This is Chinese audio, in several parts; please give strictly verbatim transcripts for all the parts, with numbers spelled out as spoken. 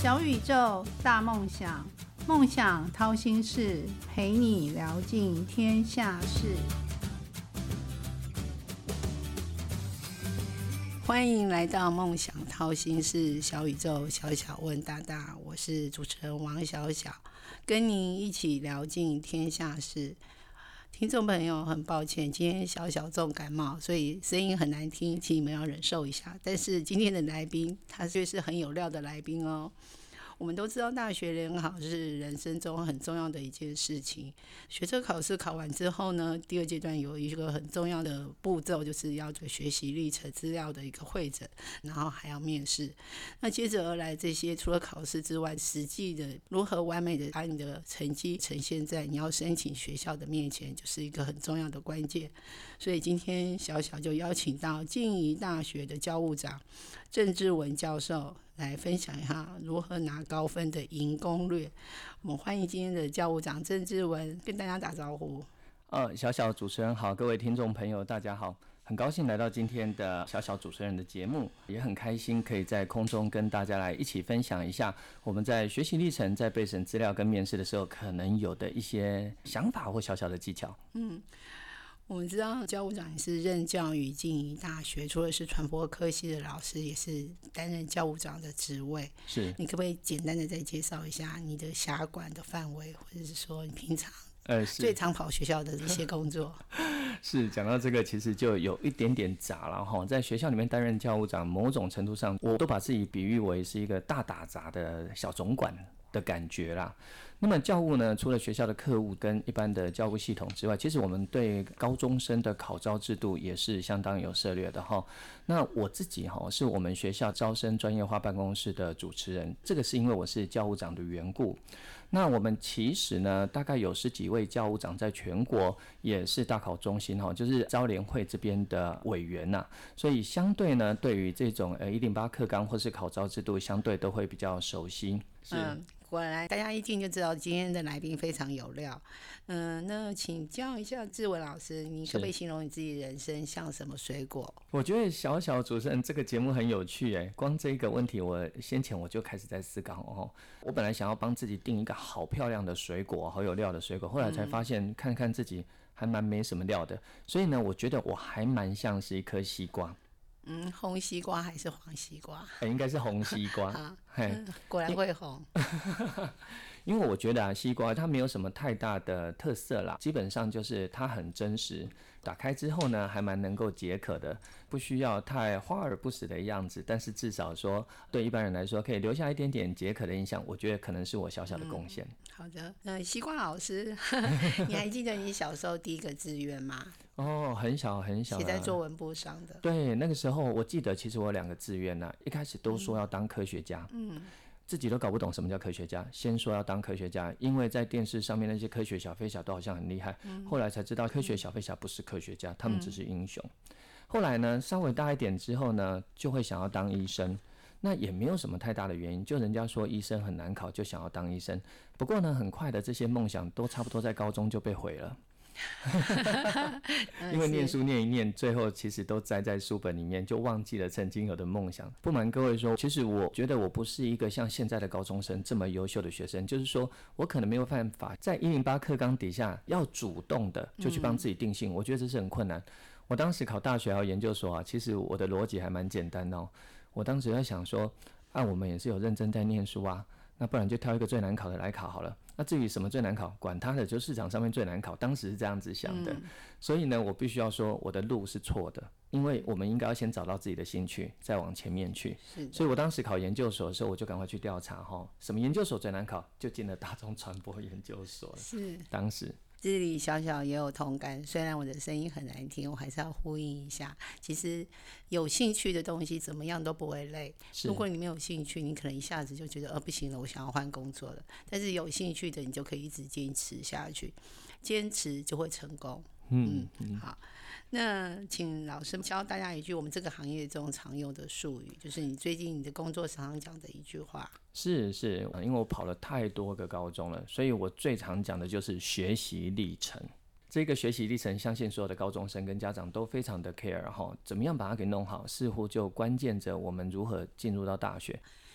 小宇宙，大梦想，梦想掏心事，陪你聊尽天下事。欢迎来到梦想掏心事，小宇宙，小小问大大，我是主持人王小小，跟您一起聊尽天下事。听众朋友，很抱歉，今天小小重感冒，所以声音很难听，请你们要忍受一下。但是今天的来宾，他却是很有料的来宾哦。我们都知道大学联考是人生中很重要的一件事情，学测考试考完之后呢，第二阶段有一个很重要的步骤，就是要做学习历程资料的一个汇整，然后还要面试。那接着而来这些除了考试之外，实际的如何完美的把你的成绩呈现在你要申请学校的面前，就是一个很重要的关键。所以今天小小就邀请到静宜大学的教务长郑志文教授来分享一下如何拿高分的赢攻略。我们欢迎今天的教务长郑志文跟大家打招呼。 呃，小小主持人好，各位听众朋友大家好，很高兴来到今天的小小主持人的节目，也很开心可以在空中跟大家来一起分享一下我们在学习历程、在备审资料跟面试的时候可能有的一些想法或小小的技巧。 嗯。我们知道教务长也是任教于静宜大学，除了是传播科系的老师，也是担任教务长的职位。 是， 你可不可以简单的再介绍一下你的辖管的范围，或者是说你平常呃最常跑学校的一些工作？ 是，讲到这个其实就有一点点杂了哈。在学校里面担任教务长，某种程度上我都把自己比喻为是一个大打杂的小总管的感觉啦。那么教务呢，除了学校的课务跟一般的教务系统之外，其实我们对高中生的考招制度也是相当有涉略的哈。那我自己哈是我们学校招生专业化办公室的主持人，这个是因为我是教务长的缘故。那我们其实呢，大概有十几位教务长在全国也是大考中心哈，就是招联会这边的委员呐、啊，所以相对呢，对于这种呃一零八课纲或是考招制度，相对都会比较熟悉。是。 嗯，果然大家一听就知道今天的来宾非常有料。嗯，那请教一下志文老师，你可不可以形容你自己人生像什么水果？ 我觉得小小主持人这个节目很有趣耶，光这一个问题我先前我就开始在思考哦。我本来想要帮自己定一个好漂亮的水果，好有料的水果，后来才发现看看自己还蛮没什么料的，所以呢，我觉得我还蛮像是一颗西瓜。 嗯，红西瓜还是黄西瓜？ 欸、应该是红西瓜。 啊嗯、果然会红。 因为我觉得啊，西瓜它没有什么太大的特色啦，基本上就是它很真实，打开之后呢，还蛮能够解渴的，不需要太华而不实的样子，但是至少说对一般人来说，可以留下一点点解渴的印象，我觉得可能是我小小的贡献。 嗯、好的，那西瓜老师，你还记得你小时候第一个志愿吗？ 哦，很小很小， 写在作文簿上的。 对，那个时候我记得，其实我有两个志愿呢、啊，一开始都说要当科学家。嗯。自己都搞不懂什么叫科学家，先说要当科学家，因为在电视上面那些科学小飞侠都好像很厉害、嗯、后来才知道科学小飞侠不是科学家、嗯、他们只是英雄。后来呢，稍微大一点之后呢，就会想要当医生，那也没有什么太大的原因，就人家说医生很难考，就想要当医生。不过呢，很快的这些梦想都差不多在高中就被毁了。因为念书念一念，最后其实都栽在书本里面，就忘记了曾经有的梦想。不瞒各位说，其实我觉得我不是一个像现在的高中生这么优秀的学生，就是说我可能没有办法在一零八课纲底下要主动的就去帮自己定性、嗯、我觉得这是很困难。我当时考大学还有研究所啊，其实我的逻辑还蛮简单的哦。我当时在想说，啊，我们也是有认真在念书啊，那不然就挑一个最难考的来考好了。那至于什么最难考，管他的，就市场上面最难考，当时是这样子想的、嗯、所以呢，我必须要说我的路是错的，因为我们应该要先找到自己的兴趣，再往前面去。所以我当时考研究所的时候，我就赶快去调查什么研究所最难考，就进了大众传播研究所了。是当时这里小小也有同感，虽然我的声音很难听，我还是要呼应一下。其实有兴趣的东西怎么样都不会累，如果你没有兴趣，你可能一下子就觉得呃不行了，我想要换工作了。但是有兴趣的你就可以一直坚持下去，坚持就会成功。嗯, 嗯好，那请老师教大家一句我们这个行业中常用的术语，就是你最近你的工作常常讲的一句话。 是是，因为我跑了太多个高中了，所以我最常讲的就是学习历程。这个学习历程，相信所有的高中生跟家长都非常的 care 哈，怎么样把它给弄好，似乎就关键着我们如何进入到大学。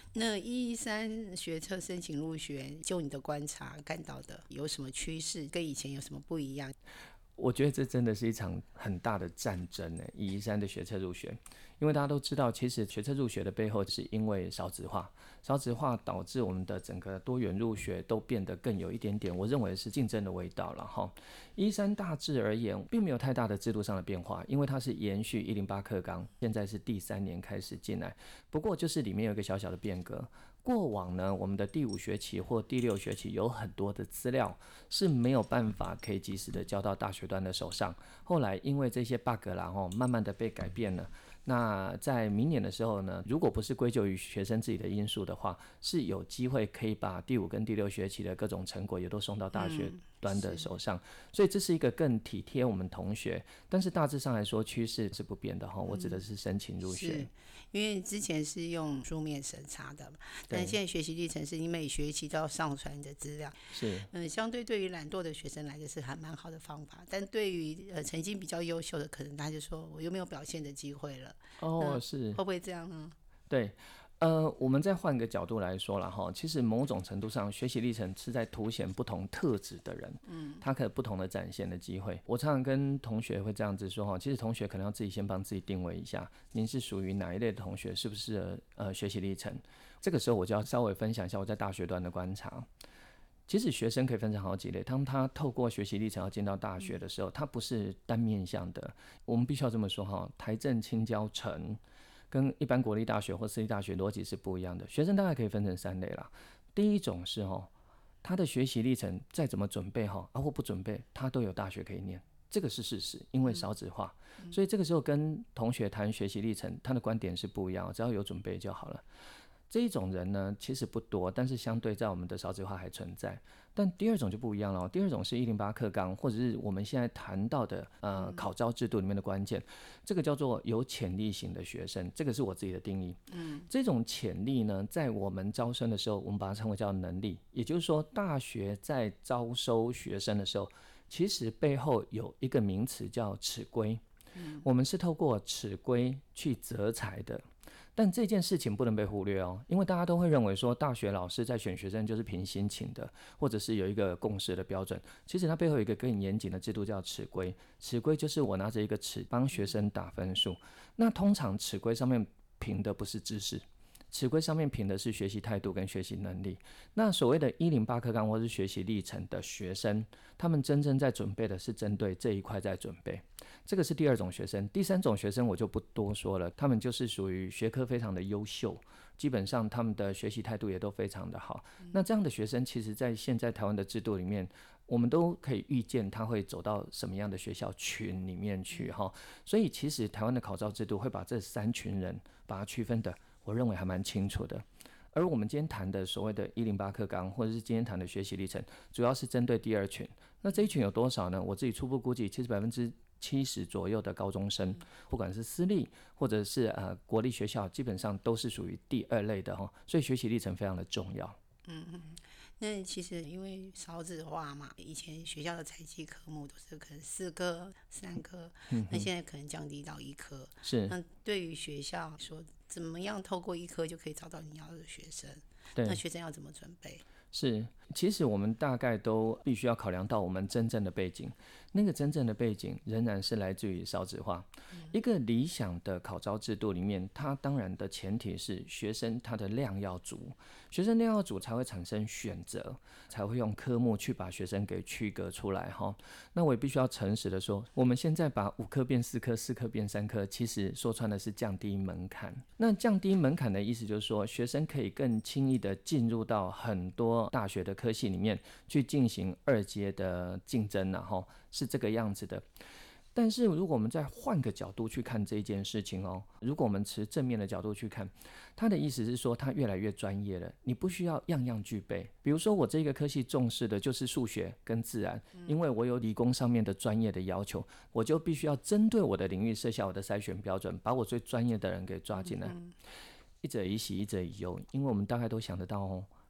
那一一三学测申请入学，就你的观察看到的有什么趋势，跟以前有什么不一样？ 我觉得这真的是一场很大的战争呢，一一三的学测入学，因为大家都知道，其实学测入学的背后是因为少子化，少子化导致我们的整个多元入学都变得更有一点点，我认为是竞争的味道了哈。一一三大致而言，并没有太大的制度上的变化，因为它是延续一零八课纲，现在是第三年开始进来，不过就是里面有一个小小的变革。过往呢，我们的第五学期或第六学期有很多的资料是没有办法可以及时的交到大学端的手上，后来因为这些 bug 啦，慢慢的被改变了。那在明年的时候呢，如果不是归咎于学生自己的因素的话，是有机会可以把第五跟第六学期的各种成果也都送到大学端的手上，嗯、所以这是一个更体贴我们同学，但是大致上来说趋势是不变的哈。我指的是申请入学。 嗯，因为之前是用书面审查的，但现在学习历程是你每学期都要上传你的资料， 是， 嗯，相对对于懒惰的学生来说是还蛮好的方法，但对于呃成绩比较优秀的，可能他就说我又没有表现的机会了。 哦，是， 会不会这样呢？ 对。呃，我们再换个角度来说了哈，其实某种程度上，学习历程是在凸显不同特质的人，嗯，他可以不同的展现的机会。我常常跟同学会这样子说哈，其实同学可能要自己先帮自己定位一下，您是属于哪一类的同学，是不是呃学习历程？这个时候我就要稍微分享一下我在大学端的观察。其实学生可以分成好几类，当他透过学习历程要进到大学的时候，他不是单面向的。我们必须要这么说哈，台政、清交、成。跟一般国立大学或私立大学逻辑是不一样的，学生大概可以分成三类啦。第一种是齁，他的学习历程再怎么准备齁，啊或不准备，他都有大学可以念，这个是事实，因为少子化，嗯、所以这个时候跟同学谈学习历程，他的观点是不一样，只要有准备就好了。这一种人呢，其实不多，但是相对在我们的少子化还存在。但第二种就不一样了，第二种是一零八课纲，或者是我们现在谈到的呃考招制度里面的关键，这个叫做有潜力型的学生，这个是我自己的定义。嗯，这种潜力呢，在我们招生的时候，我们把它称为叫能力，也就是说，大学在招收学生的时候，其实背后有一个名词叫尺规。嗯，我们是透过尺规去择才的。但这件事情不能被忽略哦，因为大家都会认为说，大学老师在选学生就是凭心情的，或者是有一个共识的标准。其实它背后有一个更严谨的制度叫尺规，尺规就是我拿着一个尺帮学生打分数。那通常尺规上面评的不是知识，尺规上面评的是学习态度跟学习能力。那所谓的一零八课纲或是学习历程的学生，他们真正在准备的是针对这一块在准备。这个是第二种学生。第三种学生我就不多说了，他们就是属于学科非常的优秀，基本上他们的学习态度也都非常的好。那这样的学生其实在现在台湾的制度里面，我们都可以预见他会走到什么样的学校群里面去哈。所以其实台湾的考招制度会把这三群人把它区分的，我认为还蛮清楚的。而我们今天谈的所谓的一零八课纲，或者是今天谈的学习历程，主要是针对第二群。那这一群有多少呢？我自己初步估计，其实百分之七十左右的高中生，不管是私立或者是呃国立学校，基本上都是属于第二类的哈。所以学习历程非常的重要。 嗯嗯。那其实因为少子化嘛，以前学校的采集科目都是可能四科、三科，嗯、那现在可能降低到一科。 是。 那对于学校说，怎么样透过一科就可以找到你要的学生？ 对。 那学生要怎么准备？ 是，其实我们大概都必须要考量到我们真正的背景，那个真正的背景仍然是来自于少子化。嗯、一个理想的考招制度里面，它当然的前提是学生他的量要足，学生量要足才会产生选择，才会用科目去把学生给区隔出来哈。那我也必须要诚实的说，我们现在把五科变四科，四科变三科，其实说穿的是降低门槛。那降低门槛的意思就是说，学生可以更轻易的进入到很多大学的科系里面去进行二阶的竞争啊，齁，是这个样子的。但是如果我们再换个角度去看这件事情哦，如果我们持正面的角度去看，他的意思是说他越来越专业了，你不需要样样具备。比如说我这个科系重视的就是数学跟自然，因为我有理工上面的专业的要求，我就必须要针对我的领域设下我的筛选标准，把我最专业的人给抓进来。一者以喜，一者以忧，因为我们大概都想得到哦，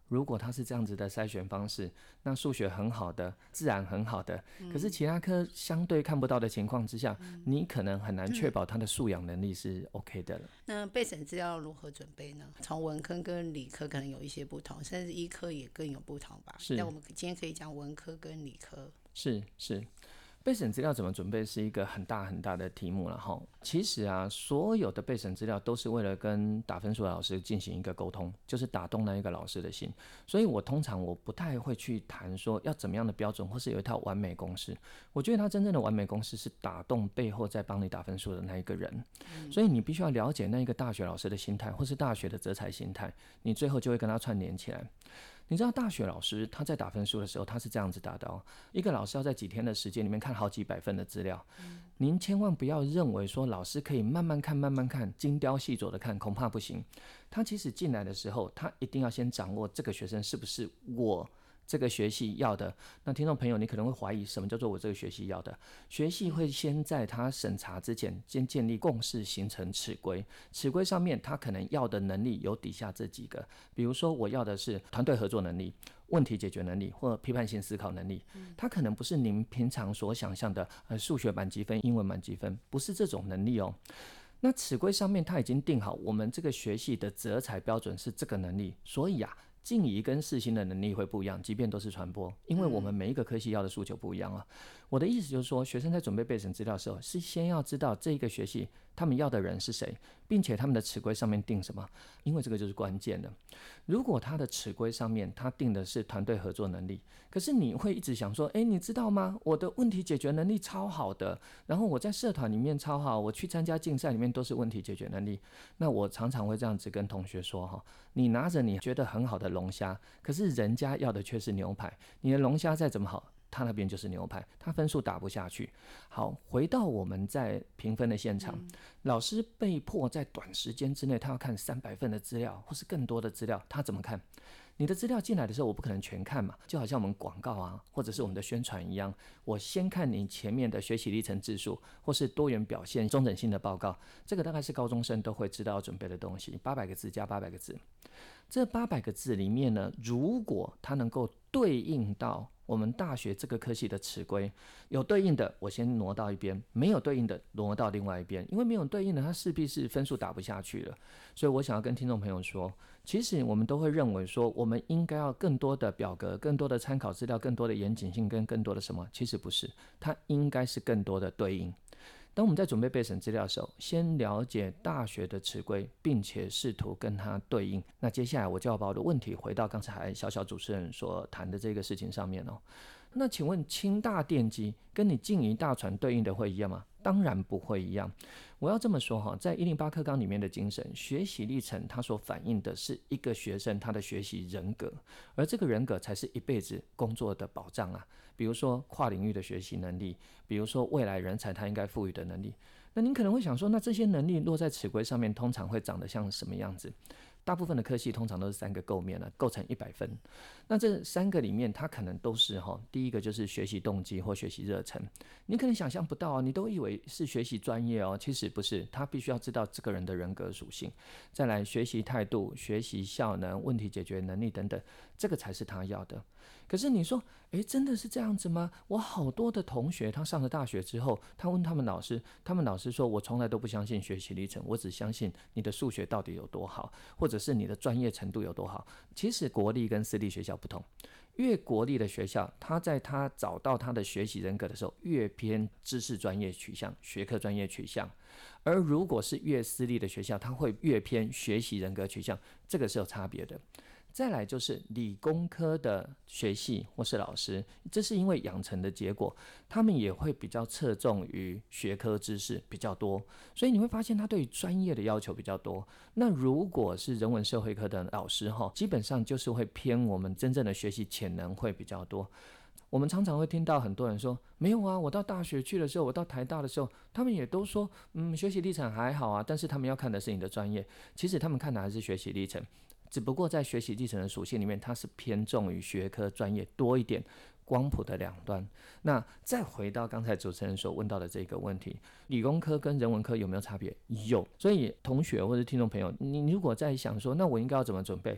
如果他是这样子的筛选方式，那数学很好的，自然很好的，可是其他科相对看不到的情况之下，嗯、你可能很难确保他的素养能力是 OK 的了。 那备审资料如何准备呢？从文科跟理科可能有一些不同，甚至医科也更有不同吧。 是， 但我们今天可以讲文科跟理科。 是是。备审资料怎么准备是一个很大很大的题目了哈。其实啊，所有的备审资料都是为了跟打分数的老师进行一个沟通，就是打动那一个老师的心。所以我通常我不太会去谈说要怎么样的标准，或是有一套完美公式。我觉得他真正的完美公式是打动背后在帮你打分数的那一个人。嗯、所以你必须要了解那一个大学老师的心态，或是大学的择才心态，你最后就会跟他串联起来。你知道大学老师他在打分数的时候，他是这样子打的哦。一个老师要在几天的时间里面看好几百份的资料，嗯、您千万不要认为说老师可以慢慢看、慢慢看、精雕细琢的看，恐怕不行。他其实进来的时候，他一定要先掌握这个学生是不是我这个学系要的。那听众朋友，你可能会怀疑什么叫做我这个学系要的？学系会先在他审查之前，先建立共识，形成尺规。尺规上面他可能要的能力有底下这几个，比如说我要的是团队合作能力、问题解决能力或批判性思考能力。它可能不是您平常所想象的呃数学满积分、英文满积分，不是这种能力哦。那尺规上面他已经定好，我们这个学系的择才标准是这个能力，所以啊。静宜跟世新的能力会不一样，即便都是传播，因为我们每一个科系要的诉求不一样啊。我的意思就是说，学生在准备备审资料的时候，是先要知道这个学系他们要的人是谁，并且他们的尺规上面定什么，因为这个就是关键的。如果他的尺规上面他定的是团队合作能力，可是你会一直想说，哎，你知道吗？我的问题解决能力超好的，然后我在社团里面超好，我去参加竞赛里面都是问题解决能力。那我常常会这样子跟同学说哈，你拿着你觉得很好的龙虾，可是人家要的却是牛排，你的龙虾再怎么好，他那边就是牛排，他分数打不下去。好，回到我们在评分的现场，嗯、老师被迫在短时间之内，他要看三百份的资料，或是更多的资料，他怎么看？你的资料进来的时候，我不可能全看嘛，就好像我们广告啊，或者是我们的宣传一样，我先看你前面的学习历程字数，或是多元表现中等性的报告，这个大概是高中生都会知道要准备的东西，八百个字加八百个字。这八百个字里面呢，如果它能够对应到我们大学这个科系的尺规，有对应的我先挪到一边，没有对应的挪到另外一边，因为没有对应的它势必是分数打不下去了。所以我想要跟听众朋友说，其实我们都会认为说我们应该要更多的表格、更多的参考资料、更多的严谨性跟更多的什么，其实不是，它应该是更多的对应。当我们在准备备审资料的时候，先了解大学的尺规，并且试图跟它对应。那接下来我就要把我的问题回到刚才小小主持人所谈的这个事情上面哦。那请问清大电机跟你静宜大传对应的会一样吗？当然不会一样。我要这么说哈，在一零八课纲里面的精神学习历程，它所反映的是一个学生他的学习人格，而这个人格才是一辈子工作的保障啊。比如说跨领域的学习能力，比如说未来人才他应该赋予的能力。那您可能会想说，那这些能力落在尺规上面，通常会长得像什么样子？大部分的科系通常都是三个构面了，构成一百分。那这三个里面，它可能都是哈，第一个就是学习动机或学习热忱，你可能想象不到啊，你都以为是学习专业哦，其实不是，他必须要知道这个人的人格属性。再来，学习态度、学习效能、问题解决能力等等，这个才是他要的。可是你说，诶，真的是这样子吗？我好多的同学，他上了大学之后，他问他们老师，他们老师说，我从来都不相信学习历程，我只相信你的数学到底有多好，或者是你的专业程度有多好。其实国立跟私立学校不同，越国立的学校，他在他找到他的学习人格的时候，越偏知识专业取向、学科专业取向；而如果是越私立的学校，他会越偏学习人格取向，这个是有差别的。再来就是理工科的学系或是老师，这是因为养成的结果，他们也会比较侧重于学科知识比较多，所以你会发现他对于专业的要求比较多。那如果是人文社会科的老师，基本上就是会偏我们真正的学习潜能会比较多。我们常常会听到很多人说，没有啊，我到大学去的时候，我到台大的时候，他们也都说，嗯，学习历程还好啊，但是他们要看的是你的专业。其实他们看的还是学习历程，只不过在学习历程的属性里面，它是偏重于学科专业多一点，光谱的两端。那再回到刚才主持人所问到的这个问题，理工科跟人文科有没有差别？有。所以同学或者听众朋友，你如果在想说，那我应该要怎么准备？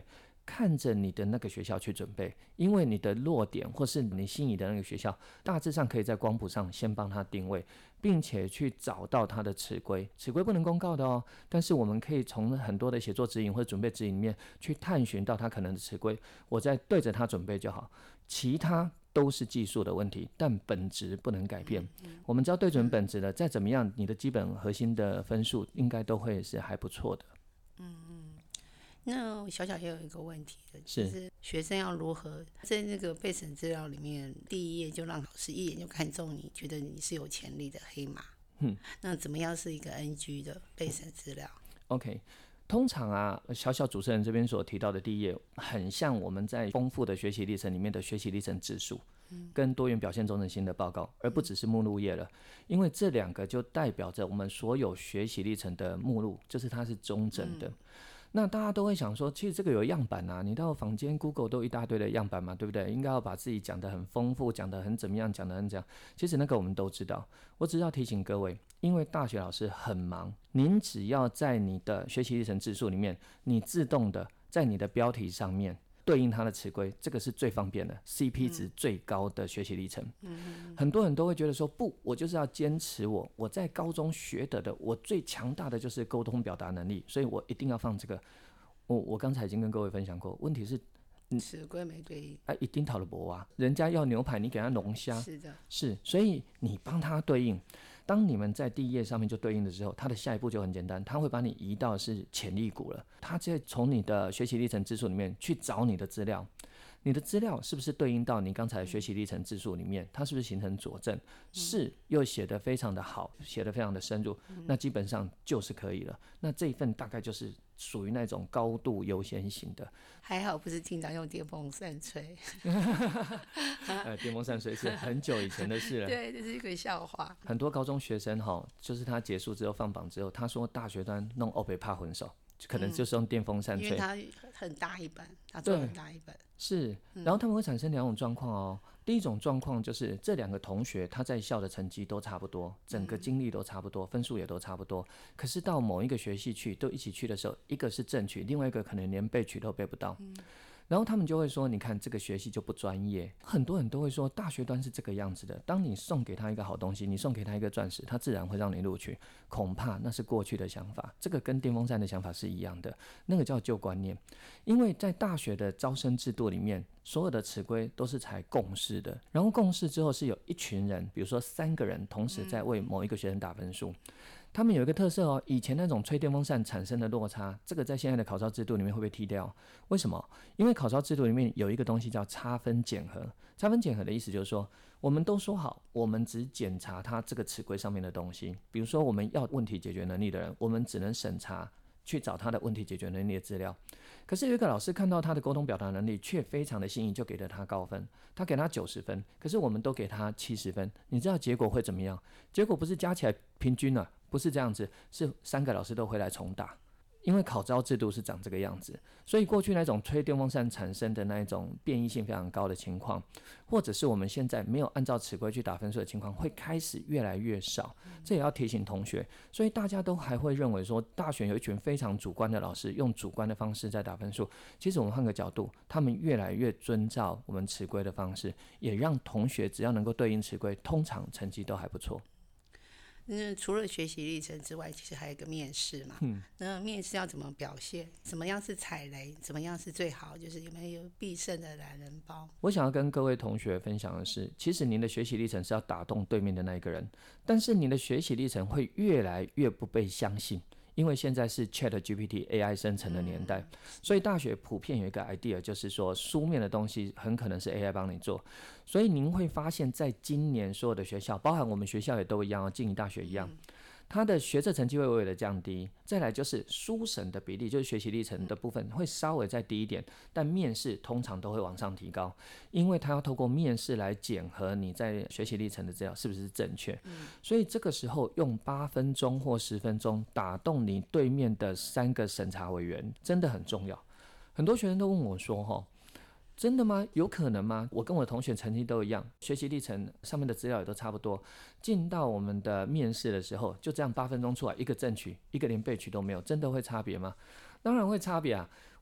看着你的那个学校去准备，因为你的落点或是你心仪的那个学校，大致上可以在光谱上先帮他定位，并且去找到他的尺规。尺规不能公告的哦，但是我们可以从很多的写作指引或者准备指引里面去探寻到他可能的尺规，我再对着他准备就好。其他都是技术的问题，但本质不能改变。我们只要对准本质了，再怎么样，你的基本核心的分数应该都会是还不错的。 嗯嗯。那小小也有一个问题，就是学生要如何在那个备审资料里面，第一页就让老师一眼就看中你，觉得你是有潜力的黑马。嗯，那怎么样是一个 N G 的备审资料 ？OK。通常啊，小小主持人这边所提到的第一页，很像我们在丰富的学习历程里面的学习历程指数，跟多元表现中正性的报告，而不只是目录页了。因为这两个就代表着我们所有学习历程的目录，就是它是中整的。嗯，那大家都会想说，其实这个有样板啊，你到坊间 Google 都一大堆的样板嘛，对不对？应该要把自己讲得很丰富，讲得很怎么样，讲得很怎样。其实那个我们都知道，我只是要提醒各位，因为大学老师很忙，您只要在你的学习历程字数里面，你自动的在你的标题上面对应它的词规，这个是最方便的 C P 值最高的学习历程。嗯，很多人都会觉得说，不，我就是要坚持我我在高中学得的，我最强大的就是沟通表达能力，所以我一定要放这个。我我刚才已经跟各位分享过，问题是词规没对应， 啊，一定讨了博啊，人家要牛排，你给他龙虾， 是的， 是，所以你帮他对应。当你们在第一页上面就对应的时候，他的下一步就很简单，他会把你移到是潜力股了，他就从你的学习历程字数里面去找你的资料，你的资料是不是对应到你刚才的学习历程字数里面，它是不是形成佐证？是，又写得非常的好，写得非常的深入，那基本上就是可以了。那这一份大概就是属于那种高度优先型的。 还好不是经常用电风扇吹。 呃，电风扇吹是很久以前的事了。 对，这是一个笑话。 很多高中学生哈，就是他结束之后放榜之后，他说大学端弄欧北怕混手，可能就是用电风扇吹， 因为它很大一本，它做很大一本。 是，然后他们会产生两种状况哦。第一种状况就是这两个同学他在校的成绩都差不多，整个经历都差不多，分数也都差不多，可是到某一个学系去都一起去的时候，一个是正取，另外一个可能连备取都备不到。嗯，然后他们就会说，你看这个学系就不专业。很多人都会说，大学端是这个样子的，当你送给他一个好东西，你送给他一个钻石，他自然会让你录取。恐怕那是过去的想法，这个跟电风扇的想法是一样的，那个叫旧观念。因为在大学的招生制度里面，所有的词规都是采共识的，然后共识之后是有一群人，比如说三个人同时在为某一个学生打分数。嗯，他们有一个特色哦，以前那种吹电风扇产生的落差，这个在现在的考招制度里面会被踢掉。为什么？因为考招制度里面有一个东西叫差分检核。差分检核的意思就是说，我们都说好，我们只检查他这个词规上面的东西。比如说，我们要问题解决能力的人，我们只能审查去找他的问题解决能力的资料。可是有一个老师看到他的沟通表达能力却非常的新颖，就给了他高分，他给他九十分，可是我们都给他七十分。你知道结果会怎么样？结果不是加起来平均了，不是这样子，是三个老师都回来重打。因为考招制度是长这个样子，所以过去那种吹电风扇产生的那一种变异性非常高的情况，或者是我们现在没有按照此规去打分数的情况，会开始越来越少。这也要提醒同学，所以大家都还会认为说，大学有一群非常主观的老师，用主观的方式在打分数。其实我们换个角度，他们越来越遵照我们此规的方式，也让同学只要能够对应此规，通常成绩都还不错。 那除了学习历程之外，其实还有一个面试嘛。嗯，那面试要怎么表现？怎么样是踩雷？怎么样是最好？就是有没有必胜的懒人包？ 我想要跟各位同学分享的是，其实您的学习历程是要打动对面的那一个人，但是您的学习历程会越来越不被相信。因为现在是 Chat G P T A I 生成的年代，所以大学普遍有一个 idea， 就是说书面的东西很可能是 A I 帮你做。所以您会发现在今年所有的学校，包含我们学校也都一样，静宜大学一样，它的学测成绩会微微的降低。再来就是书审的比例，就是学习历程的部分会稍微再低一点，但面试通常都会往上提高，因为它要透过面试来检核你在学习历程的资料是不是正确。嗯，所以这个时候用八分钟或十分钟打动你对面的三个审查委员真的很重要。很多学生都问我说齁，真的吗？有可能吗？我跟我的同学成绩都一样，学习历程上面的资料也都差不多，进到我们的面试的时候，就这样八分钟出来，一个正取，一个连备取都没有，真的会差别吗？当然会差别啊！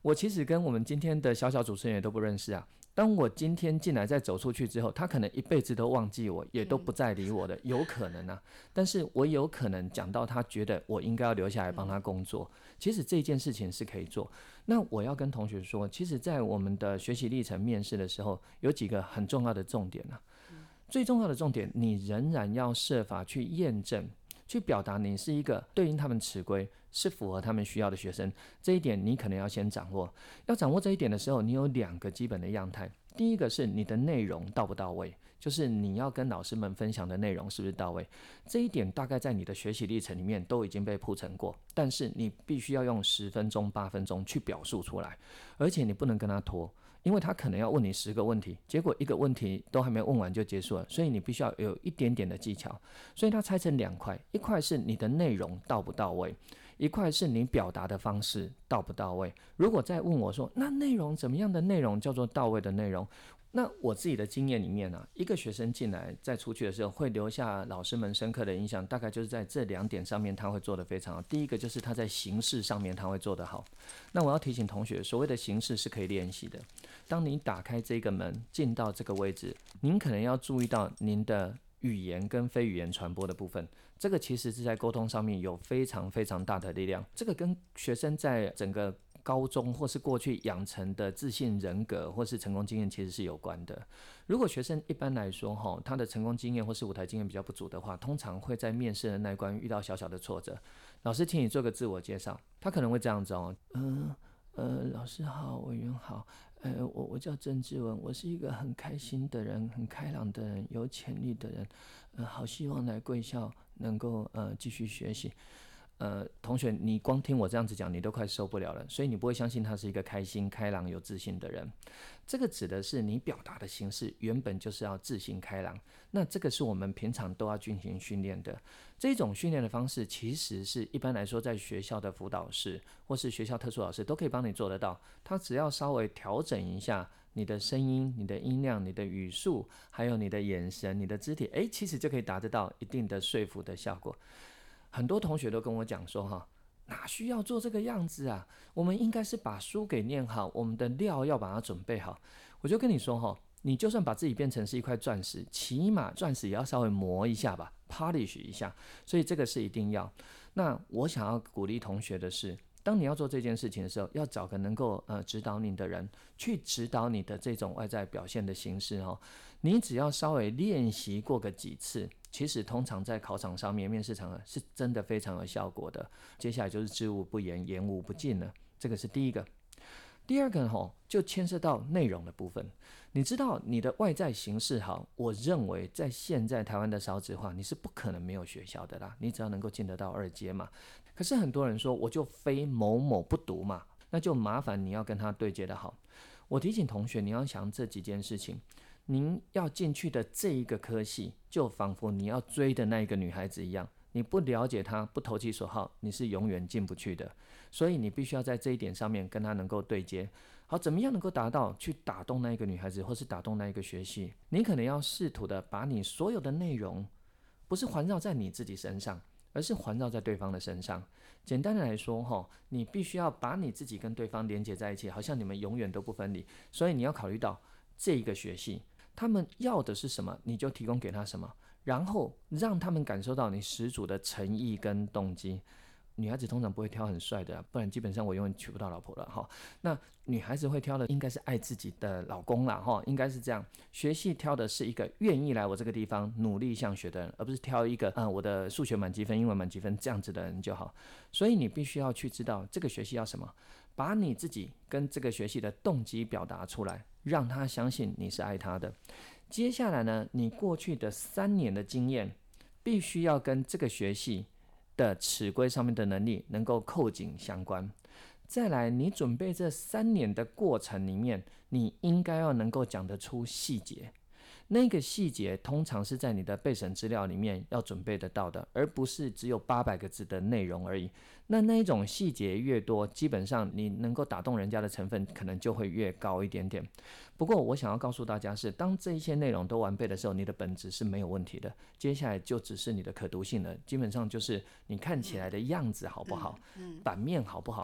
我其实跟我们今天的小小主持人也都不认识啊。当我今天进来再走出去之后，他可能一辈子都忘记我，也都不再理我的，有可能啊。但是我有可能讲到他觉得我应该要留下来帮他工作，其实这件事情是可以做。那我要跟同学说，其实在我们的学习历程面试的时候，有几个很重要的重点啊。最重要的重点，你仍然要设法去验证，去表达你是一个对应他们词规是符合他们需要的学生，这一点你可能要先掌握。要掌握这一点的时候，你有两个基本的样态。第一个是你的内容到不到位，就是你要跟老师们分享的内容是不是到位。这一点大概在你的学习历程里面都已经被铺陈过，但是你必须要用十分钟、八分钟去表述出来，而且你不能跟他拖。因为他可能要问你十个问题，结果一个问题都还没问完就结束了，所以你必须要有一点点的技巧。所以它拆成两块，一块是你的内容到不到位，一块是你表达的方式到不到位。如果再问我说，那内容怎么样的内容叫做到位的内容？那我自己的经验里面啊，一个学生进来再出去的时候，会留下老师们深刻的印象，大概就是在这两点上面他会做得非常好。第一个就是他在形式上面他会做得好。那我要提醒同学，所谓的形式是可以练习的。当你打开这个门进到这个位置，您可能要注意到您的语言跟非语言传播的部分，这个其实是在沟通上面有非常非常大的力量。这个跟学生在整个高中或是过去养成的自信人格或是成功经验其实是有关的。如果学生一般来说他的成功经验或是舞台经验比较不足的话，通常会在面试的那一关遇到小小的挫折。老师请你做个自我介绍，他可能会这样子哦，呃呃，老师好，委员好，呃，我我叫郑志文，我是一个很开心的人，很开朗的人，有潜力的人，呃，好希望来贵校能够呃继续学习。呃，同学，你光听我这样子讲，你都快受不了了，所以你不会相信他是一个开心、开朗、有自信的人。这个指的是你表达的形式原本就是要自信开朗，那这个是我们平常都要进行训练的。这种训练的方式，其实是一般来说在学校的辅导室或是学校特殊老师都可以帮你做得到。他只要稍微调整一下你的声音、你的音量、你的语速，还有你的眼神、你的肢体，哎，其实就可以达得到一定的说服的效果。很多同学都跟我讲说哈，哪需要做这个样子啊？我们应该是把书给念好，我们的料要把它准备好。我就跟你说哈，你就算把自己变成是一块钻石，起码钻石也要稍微磨一下吧 ，polish 一下。所以这个是一定要。那我想要鼓励同学的是，当你要做这件事情的时候，要找个能够呃指导你的人，去指导你的这种外在表现的形式哦。你只要稍微练习过个几次，其实通常在考场上面、面试场合是真的非常有效果的。接下来就是知无不言，言无不尽了，这个是第一个。第二个吼，就牵涉到内容的部分。你知道你的外在形式好，我认为在现在台湾的少子化，你是不可能没有学校的啦。你只要能够进得到二阶嘛。可是很多人说，我就非某某不读嘛，那就麻烦你要跟他对接的好。我提醒同学，你要想这几件事情。您要进去的这一个科系，就仿佛你要追的那一个女孩子一样，你不了解她，不投其所好，你是永远进不去的。所以你必须要在这一点上面跟她能够对接。好，怎么样能够达到去打动那一个女孩子，或是打动那一个学系？你可能要试图的把你所有的内容，不是环绕在你自己身上，而是环绕在对方的身上。简单的来说，你必须要把你自己跟对方连接在一起，好像你们永远都不分离。所以你要考虑到这一个学系他们要的是什么，你就提供给他什么，然后让他们感受到你十足的诚意跟动机。女孩子通常不会挑很帅的，不然基本上我永远娶不到老婆了哈。那女孩子会挑的应该是爱自己的老公啦哈，应该是这样。学系挑的是一个愿意来我这个地方努力向学的人，而不是挑一个嗯我的数学满积分、英文满积分这样子的人就好。所以你必须要去知道这个学系要什么，把你自己跟这个学系的动机表达出来，让他相信你是爱他的。接下来呢，你过去的三年的经验，必须要跟这个学系的尺规上面的能力能够扣紧相关。再来，你准备这三年的过程里面，你应该要能够讲得出细节。那个细节通常是在你的备审资料里面要准备得到的，而不是只有八百个字的内容而已。那那一种细节越多，基本上你能够打动人家的成分可能就会越高一点点。不过我想要告诉大家是，当这一些内容都完备的时候，你的本质是没有问题的。接下来就只是你的可读性了，基本上就是你看起来的样子好不好，版面好不好。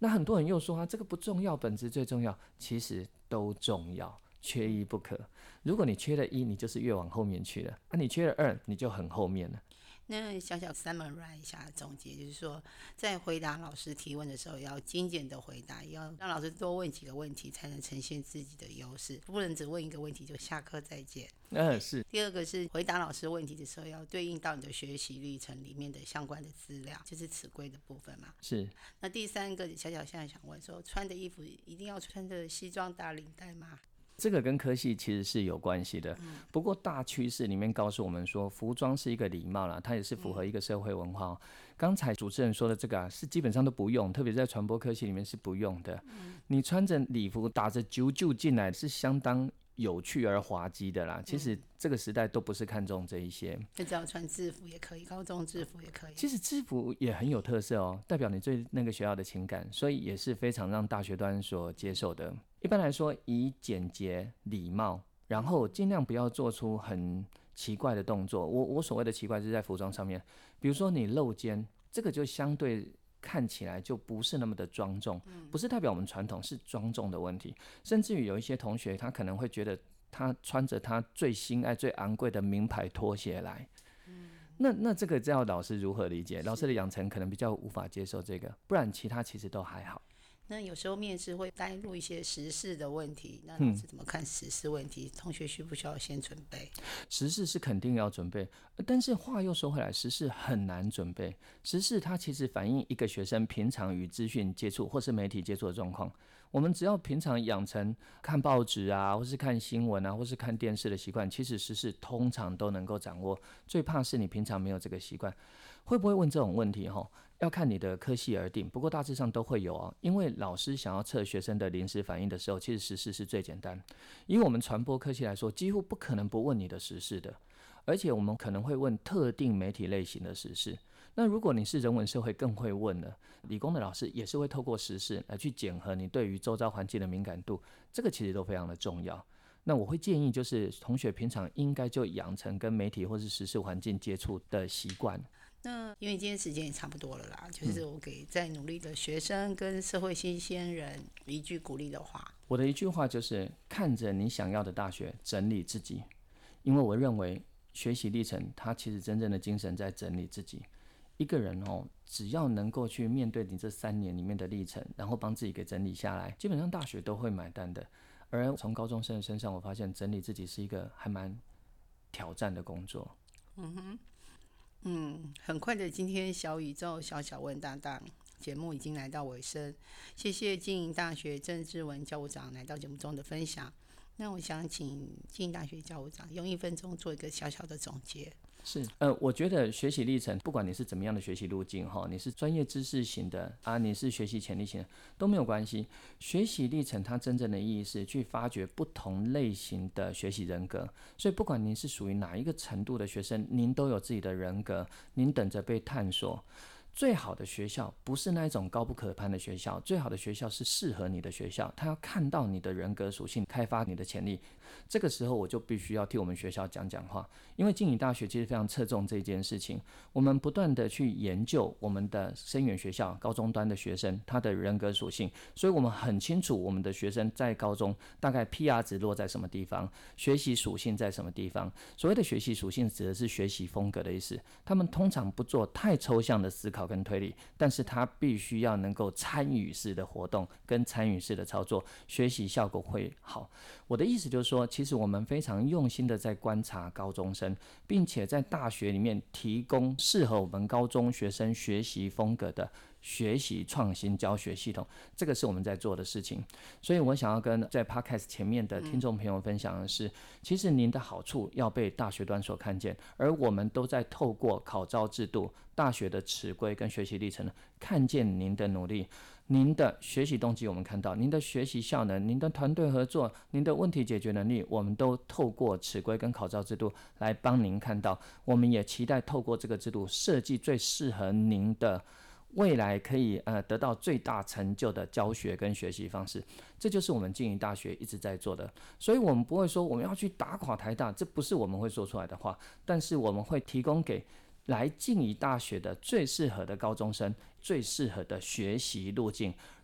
那很多人又说啊，这个不重要，本质最重要，其实都重要，缺一不可。如果你缺了一，你就是越往后面去了；啊，你缺了二，你就很后面了。 那小小 summarize 一下总结，就是说，在回答老师提问的时候，要精简的回答，要让老师多问几个问题，才能呈现自己的优势，不能只问一个问题就下课再见。 嗯，是。 第二个是回答老师问题的时候，要对应到你的学习历程里面的相关的资料，就是词规的部分嘛。 是。 那第三个，小小现在想问说，穿的衣服一定要穿着西装打领带吗？ 这个跟科系其实是有关系的，不过大趋势里面告诉我们说，服装是一个礼貌啦，它也是符合一个社会文化。刚才主持人说的这个啊，是基本上都不用，特别在传播科系里面是不用的。你穿着礼服打着啾啾进来，是相当有趣而滑稽的啦。其实这个时代都不是看重这一些， 就只要穿制服也可以，高中制服也可以。 其实制服也很有特色哦，代表你对那个学校的情感，所以也是非常让大学端所接受的。一般来说，以简洁、礼貌，然后尽量不要做出很奇怪的动作。我我所谓的奇怪是在服装上面，比如说你露肩，这个就相对看起来就不是那么的庄重，不是代表我们传统，是庄重的问题。甚至于有一些同学，他可能会觉得他穿着他最心爱、最昂贵的名牌拖鞋来。那那这个要老师如何理解？老师的养成可能比较无法接受这个，不然其他其实都还好。 那有时候面试会带入一些时事的问题，那老师怎么看时事问题？嗯、同学需不需要先准备？ 时事是肯定要准备，但是话又说回来，时事很难准备。时事它其实反映一个学生平常与资讯接触或是媒体接触的状况。我们只要平常养成看报纸啊，或是看新闻啊，或是看电视的习惯，其实时事通常都能够掌握。最怕是你平常没有这个习惯。会不会问这种问题？要看你的科系而定，不过大致上都会有哦。因为老师想要测学生的临时反应的时候，其实时事是最简单。以我们传播科系来说，几乎不可能不问你的时事的，而且我们可能会问特定媒体类型的时事。那如果你是人文社会，更会问了。理工的老师也是会透过时事来去检核你对于周遭环境的敏感度，这个其实都非常的重要。那我会建议，就是同学平常应该就养成跟媒体或是时事环境接触的习惯。 那因为今天时间也差不多了啦，就是我给在努力的学生跟社会新鲜人一句鼓励的话。 我的一句话就是：看着你想要的大学，整理自己。因为我认为学习历程，它其实真正的精神在整理自己。一个人哦，只要能够去面对你这三年里面的历程，然后帮自己给整理下来，基本上大学都会买单的。而从高中生的身上，我发现整理自己是一个还蛮挑战的工作。 嗯哼。嗯，很快的，今天小宇宙小小问大大节目已经来到尾声，谢谢静宜大学郑志文教务长来到节目中的分享。那我想请静宜大学教务长用一分钟做一个小小的总结。 是，呃，我觉得学习历程，不管你是怎么样的学习路径哈，你是专业知识型的啊，你是学习潜力型的，都没有关系。学习历程它真正的意义是去发掘不同类型的学习人格，所以不管您是属于哪一个程度的学生，您都有自己的人格，您等着被探索。最好的学校不是那一种高不可攀的学校，最好的学校是适合你的学校，它要看到你的人格属性，开发你的潜力。这个时候我就必须要替我们学校讲讲话，因为静宜大学其实非常侧重这件事情，我们不断的去研究我们的生源学校高中端的学生他的人格属性，所以我们很清楚我们的学生在高中大概 P R 值落在什么地方，学习属性在什么地方。所谓的学习属性指的是学习风格的意思，他们通常不做太抽象的思考跟推理，但是他必须要能够参与式的活动跟参与式的操作，学习效果会好。我的意思就是说，其实我们非常用心的在观察高中生，并且在大学里面提供适合我们高中学生学习风格的学习创新教学系统，这个是我们在做的事情。所以我想要跟在 Podcast 前面的听众朋友分享的是，其实您的好处要被大学端所看见，而我们都在透过考招制度、大学的尺规跟学习历程看见您的努力，您的学习动机我们看到，您的学习效能，您的团队合作，您的问题解决能力，我们都透过尺规跟考招制度来帮您看到。我们也期待透过这个制度设计最适合您的未来可以呃得到最大成就的教学跟学习方式，这就是我们静宜大学一直在做的。所以我们不会说我们要去打垮台大，这不是我们会说出来的话，但是我们会提供给来静宜大学的最适合的高中生，最适合的学习路径，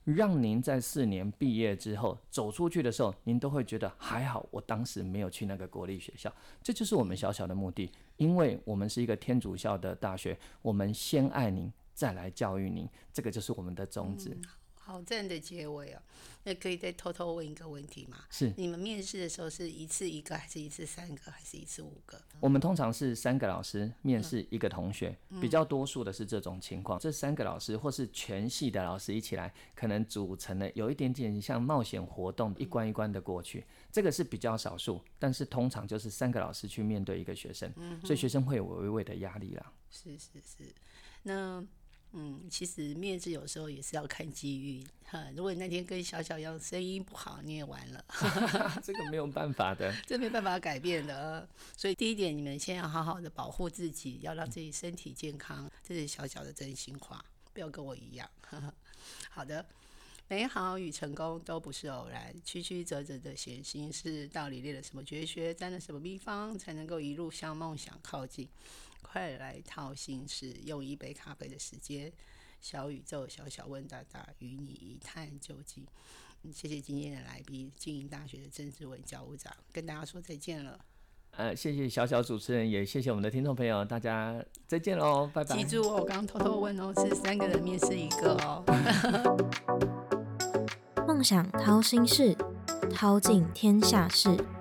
让您在四年毕业之后走出去的时候，您都会觉得还好我当时没有去那个国立学校。这就是我们小小的目的，因为我们是一个天主校的大学，我们先爱您再来教育您，这个就是我们的宗旨。 嗯，好赞的结尾哦！那可以再偷偷问一个问题吗？ 是， 你们面试的时候是一次一个，还是一次三个，还是一次五个？ 我们通常是三个老师面试一个同学，嗯、比较多数的是这种情况。这三个老师或是全系的老师一起来，可能组成了有一点点像冒险活动，一关一关的过去。这个是比较少数，但是通常就是三个老师去面对一个学生，嗯、所以学生会有微微的压力啦。 是是是，那。嗯，其实面试有时候也是要看机遇。如果你那天跟小小一样声音不好，你也完了。 这个没有办法的， 这没办法改变的。所以第一点，你们先要好好的保护自己，要让自己身体健康，这是小小的真心话，不要跟我一样。好的，美好与成功都不是偶然，曲曲折折的险行是到底练了什么绝学，沾了什么秘方，才能够一路向梦想靠近。快来套心事，用一杯咖啡的时间，小宇宙小小问大大，与你一探究竟。嗯、谢谢今天的来宾，静宜大学的郑志文教务长，跟大家说再见了。 呃，谢谢小小主持人，也谢谢我们的听众朋友，大家再见喽，拜拜。 记住哦，我刚刚偷偷问哦，是三个人面试一个哦。 梦想掏心事，掏尽天下事。